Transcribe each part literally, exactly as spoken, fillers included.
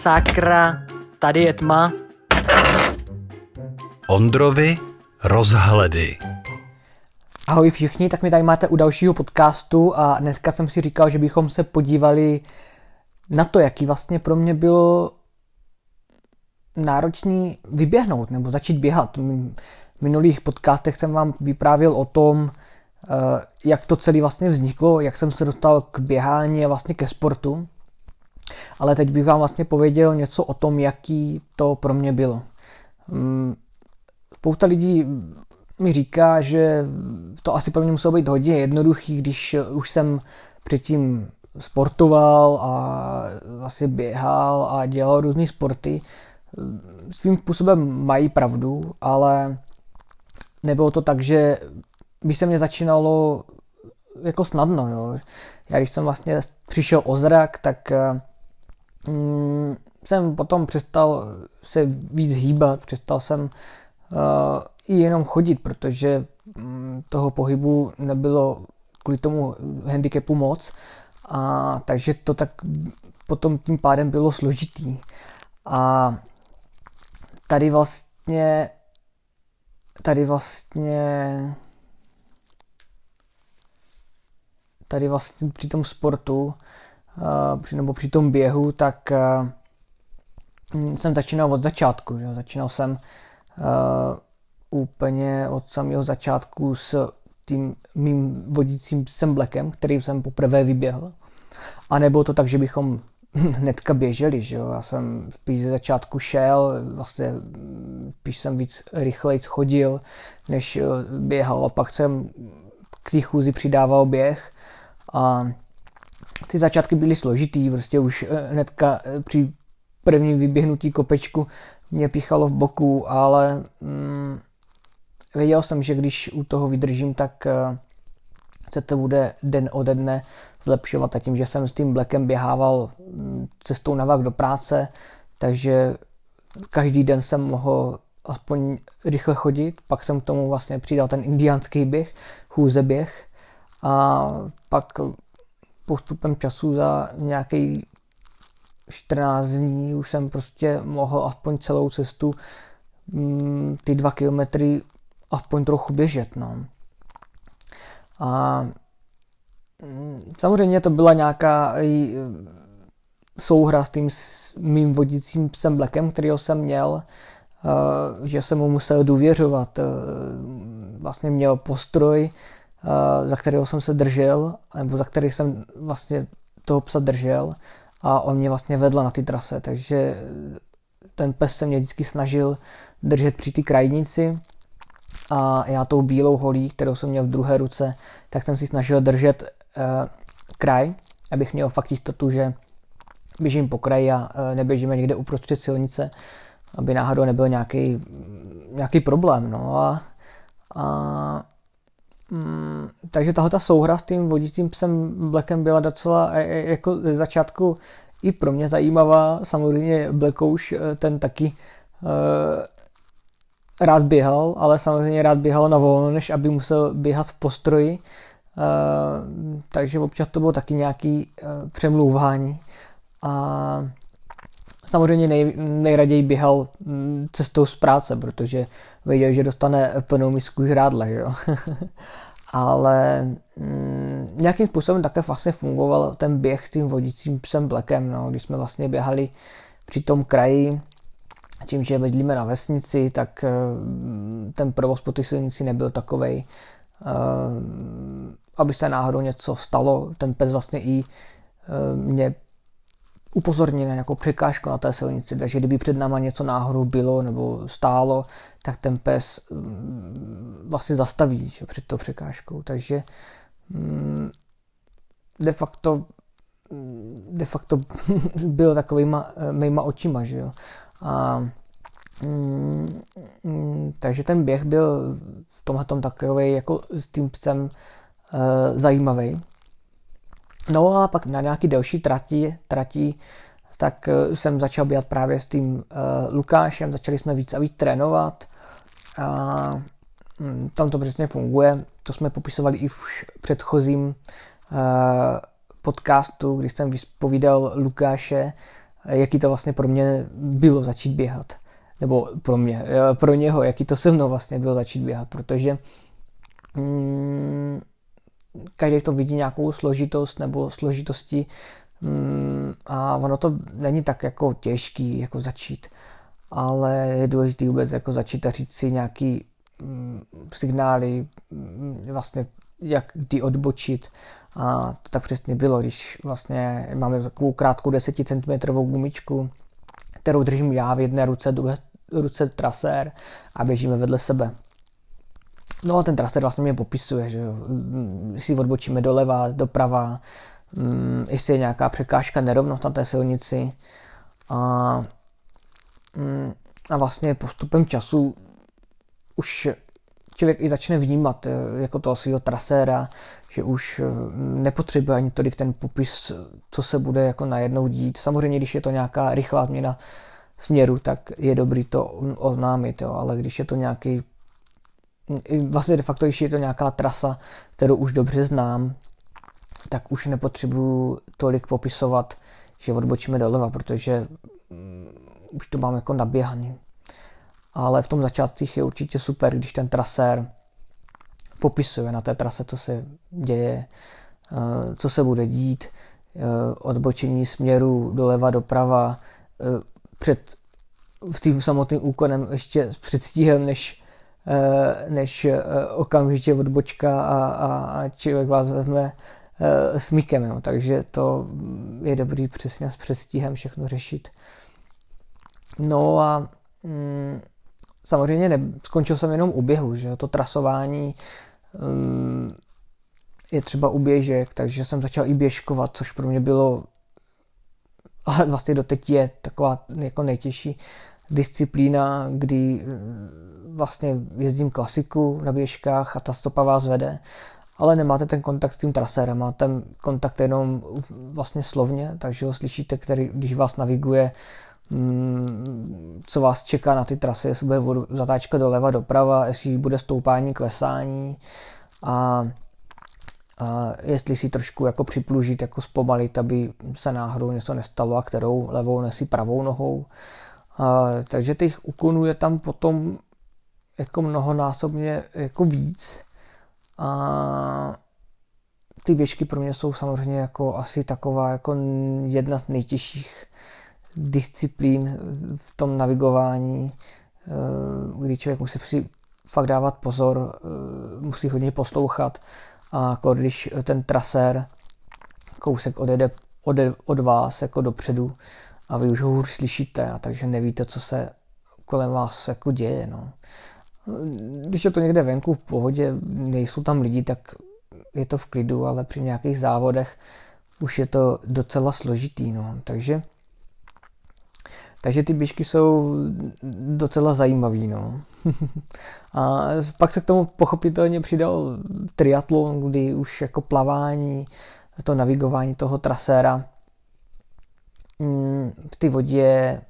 Sakra, tady je tma. Ondrovi rozhledy. Ahoj všichni, tak mi tady máte u dalšího podcastu a dneska jsem si říkal, že bychom se podívali na to, jaký vlastně pro mě bylo náročný vyběhnout nebo začít běhat. V minulých podcastech jsem vám vyprávěl o tom, jak to celé vlastně vzniklo, jak jsem se dostal k běhání a vlastně ke sportu. Ale teď bych vám vlastně pověděl něco o tom, jaký to pro mě bylo. Spousta lidí mi říká, že to asi pro mě muselo být hodně jednoduchý, když už jsem předtím sportoval a vlastně běhal a dělal různý sporty. Svým způsobem mají pravdu, ale nebylo to tak, že by se mě začínalo jako snadno. Jo. Já když jsem vlastně přišel o zrak, tak mm, jsem potom přestal se víc hýbat, přestal jsem uh, i jenom chodit, protože mm, toho pohybu nebylo kvůli tomu handicapu moc, a takže to tak potom tím pádem bylo složitý. A tady vlastně tady vlastně tady vlastně při tom sportu uh, při, nebo při tom běhu, tak uh, jsem začínal od začátku. Že? Začínal jsem uh, úplně od samého začátku s tím mým vodícím psem Blackem, který jsem poprvé vyběhl. A nebylo to tak, že bychom hnedka běželi. Že jo? Já jsem spíš ze začátku šel, vlastně spíš jsem víc rychleji chodil, než běhal. A pak jsem k té chůzi přidával běh. A ty začátky byly složitý, prostě už hnedka při prvním vyběhnutí kopečku mě píchalo v boku, ale mm, věděl jsem, že když u toho vydržím, tak uh, se to bude den ode dne zlepšovat. A tím, že jsem s tím Blackem běhával mm, cestou na vlak do práce, takže každý den jsem mohl aspoň rychle chodit. Pak jsem k tomu vlastně přidal ten indiánský běh, chůzeběh. A pak postupem času za nějaký čtrnáct dní už jsem prostě mohl aspoň celou cestu mm, ty dva kilometry aspoň trochu běžet. No. A mm, samozřejmě to byla nějaká i souhra s tím s mým vodícím psem Blackem, kterýho jsem měl, uh, že jsem mu musel důvěřovat. Uh, vlastně měl postroj, Uh, za kterého jsem se držel, nebo za který jsem vlastně toho psa držel, a on mě vlastně vedl na ty trase, takže ten pes se mě vždycky snažil držet při ty krajnici a já tou bílou holí, kterou jsem měl v druhé ruce, tak jsem si snažil držet uh, kraj, abych měl fakt jistotu, že běžím po kraji a uh, neběžíme někde uprostřed silnice, aby náhodou nebyl nějaký, nějaký problém. No a, a Mm, takže tahle ta souhra s tím vodícím psem Blackem byla docela jako ze začátku i pro mě zajímavá. Samozřejmě Blackouš ten taky uh, rád běhal, ale samozřejmě rád běhal na volno, než aby musel běhat v postroji. Uh, takže občas to bylo taky nějaký uh, přemlouvání. A samozřejmě nej, nejraději běhal cestou z práce, protože věděl, že dostane plnou misku žrádla, že jo. Ale mm, nějakým způsobem také vlastně fungoval ten běh s tím vodícím psem Blackem, no. Když jsme vlastně běhali při tom kraji, tím, že bydlíme na vesnici, tak uh, ten provoz po té silnici nebyl takovej, uh, aby se náhodou něco stalo. Ten pes vlastně i uh, mě upozornit na nějakou překážku na té silnici, takže kdyby před náma něco náhodou bylo nebo stálo, tak ten pes vlastně zastaví, že, před tou překážkou. Takže mm, de facto de facto byl takovýma mýma očima, že jo. A mm, mm, takže ten běh byl v tomhletom takovej jako s tím psem e, zajímavý. No a pak na nějaký delší trati, trati tak jsem začal běhat právě s tím uh, Lukášem, začali jsme víc a víc trénovat a um, tam to přesně funguje. To jsme popisovali i v předchozím uh, podcastu, kdy jsem vyspovídal Lukáše, jaký to vlastně pro mě bylo začít běhat. Nebo pro mě, pro něho, jaký to se mnou vlastně bylo začít běhat, protože mm, každý v tom vidí nějakou složitost nebo složitosti mm, a ono to není tak jako těžký jako začít, ale je důležité vůbec jako začít a říct si nějaký mm, signály, mm, vlastně jak kdy odbočit, a to tak přesně bylo, když vlastně máme takovou krátkou deset centimetrů gumičku, kterou držím já v jedné ruce, druhé ruce trasér a běžíme vedle sebe. No a ten trasér vlastně mě popisuje, že jo, si odbočíme doleva, doprava, um, jestli je nějaká překážka, nerovnost na té silnici a, um, a vlastně postupem času už člověk i začne vnímat jako toho svého traséra, že už nepotřebuje ani tolik ten popis, co se bude jako najednou dít. Samozřejmě, když je to nějaká rychlá změna směru, tak je dobrý to oznámit, jo. Ale když je to nějaký, vlastně de facto, když je to nějaká trasa, kterou už dobře znám, tak už nepotřebuju tolik popisovat, že odbočíme doleva, protože už to mám jako naběhaný. Ale v tom začátcích je určitě super, když ten trasér popisuje na té trase, co se děje, co se bude dít, odbočení směru doleva, doprava, před v tím samotným úkonem ještě s předstihem, než, než okamžitě odbočka a, a člověk vás vezme smykem. Jo. Takže to je dobrý přesně s předstihem všechno řešit. No a mm, samozřejmě ne, skončil jsem jenom u běhu, že to trasování um, je třeba u běžek, takže jsem začal i běžkovat, což pro mě bylo, ale vlastně doteď je taková jako nejtěžší disciplína, kdy vlastně jezdím klasiku na běžkách a ta stopa vás vede, ale nemáte ten kontakt s tím trasérem, máte kontakt jenom vlastně slovně, takže ho slyšíte, který, když vás naviguje, co vás čeká na ty trasy, jestli bude zatáčka doleva, doprava, jestli bude stoupání, klesání a, a jestli si trošku jako připlužit, jako zpomalit, aby se náhodou něco nestalo a kterou levou nesí pravou nohou. A, takže těch úkonů je tam potom jako mnohonásobně jako víc a ty běžky pro mě jsou samozřejmě jako asi taková jako jedna z nejtěžších disciplín v tom navigování, kdy člověk musí si fakt dávat pozor, musí hodně poslouchat a jako když ten trasér kousek odjede, odjede od vás jako dopředu a vy už ho hůř slyšíte, a takže nevíte, co se kolem vás jako děje. No. Když je to někde venku v pohodě, nejsou tam lidi, tak je to v klidu, ale při nějakých závodech už je to docela složitý. No. Takže Takže ty běžky jsou docela zajímavý, no. A pak se k tomu pochopitelně přidal triatlon, kdy už jako plavání, to navigování toho traséra v té vodě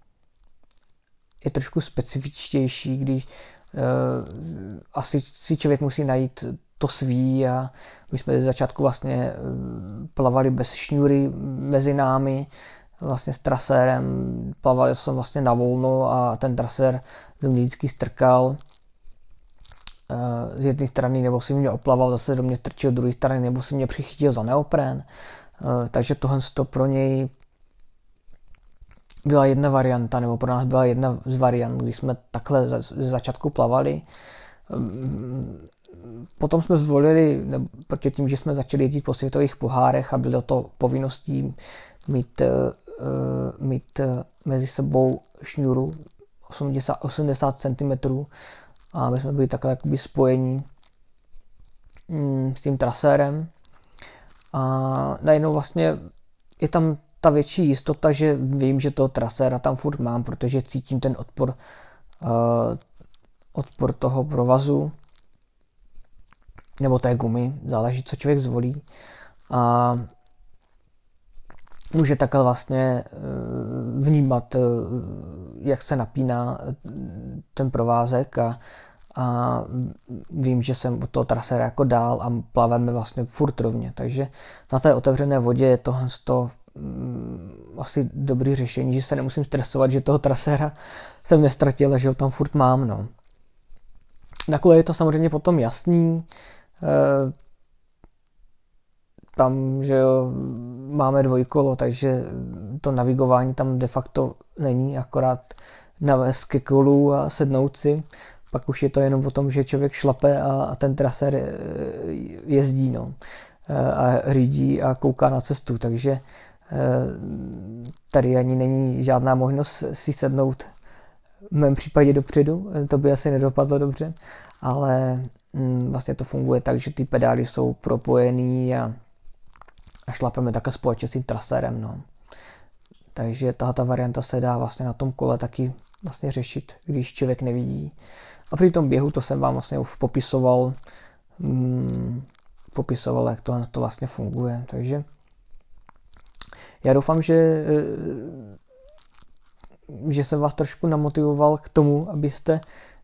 je trošku specifičtější, když uh, asi si člověk musí najít to svý a my jsme z začátku vlastně plavali bez šňůry mezi námi, vlastně s trasérem, plaval jsem vlastně na volno a ten trasér do mě vždycky strkal z jedné strany, nebo si mě oplaval, zase do mě strčil z druhé strany, nebo si mě přichytil za neopren. Takže tohle to pro něj byla jedna varianta, nebo pro nás byla jedna z variant, kdy jsme takhle ze začátku plavali. Potom jsme zvolili, protože tím, že jsme začali jezdit po světových pohárech a bylo to povinností mít, uh, mít uh, mezi sebou šňůru osmdesát, osmdesát centimetrů a my jsme byli takhle jakoby spojení mm, s tím trasérem a najednou vlastně je tam ta větší jistota, že vím, že toho traséra tam furt mám, protože cítím ten odpor, uh, odpor toho provazu nebo té gumy, záleží, co člověk zvolí. A může takhle vlastně vnímat, jak se napíná ten provázek a, a vím, že jsem od toho traséra jako dál a plaveme vlastně furt rovně. Takže na té otevřené vodě je tohle mm, asi dobrý řešení, že se nemusím stresovat, že toho traséra jsem nestratil a že ho tam furt mám. No. Na kole je to samozřejmě potom jasný. E, tam, že jo, máme dvojkolo, takže to navigování tam de facto není, akorát navést ke kolu a sednout si. Pak už je to jenom o tom, že člověk šlape a, a ten trasér jezdí, no. A řídí a kouká na cestu, takže tady ani není žádná možnost si sednout v mém případě dopředu, to by asi nedopadlo dobře, ale vlastně to funguje tak, že ty pedály jsou propojený a, a šlapeme také společně s tím trasérem, no. Takže tato varianta se dá vlastně na tom kole taky vlastně řešit, když člověk nevidí. A při tom běhu, to jsem vám vlastně už popisoval, hmm, popisoval, jak to, to vlastně funguje. Takže já doufám, že, že jsem vás trošku namotivoval k tomu, abyste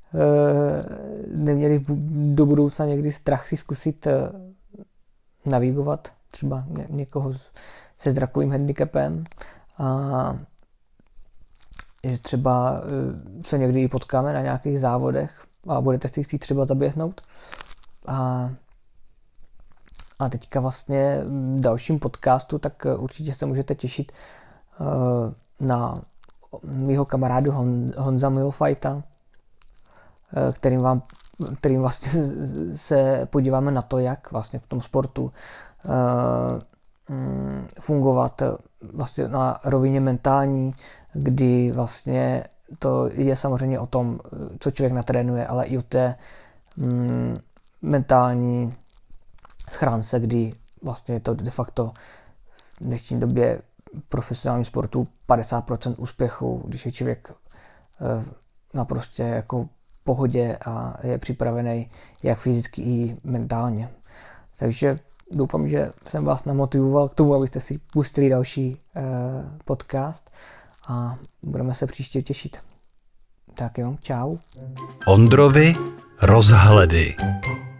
neměli do budoucna někdy strach si zkusit navigovat, třeba někoho se zrakovým handicapem, a že třeba se někdy i potkáme na nějakých závodech a budete si chtít třeba zaběhnout. A, a teďka vlastně v dalším podcastu, tak určitě se můžete těšit na mýho kamarádu Hon, Honza Milfajta, kterým, vám, kterým vlastně se podíváme na to, jak vlastně v tom sportu fungovat vlastně na rovině mentální, kdy vlastně to je samozřejmě o tom, co člověk natrénuje, ale i o té mm, mentální schránce, kdy vlastně je to de facto v dnešní době profesionálním sportu padesát procent úspěchu, když je člověk eh, naprosto jako pohodě a je připravený jak fyzicky i mentálně. Takže doufám, že jsem vás namotivoval k tomu, abyste si pustili další eh, podcast a budeme se příště těšit. Tak jo, čau. Ondrovi rozhledy.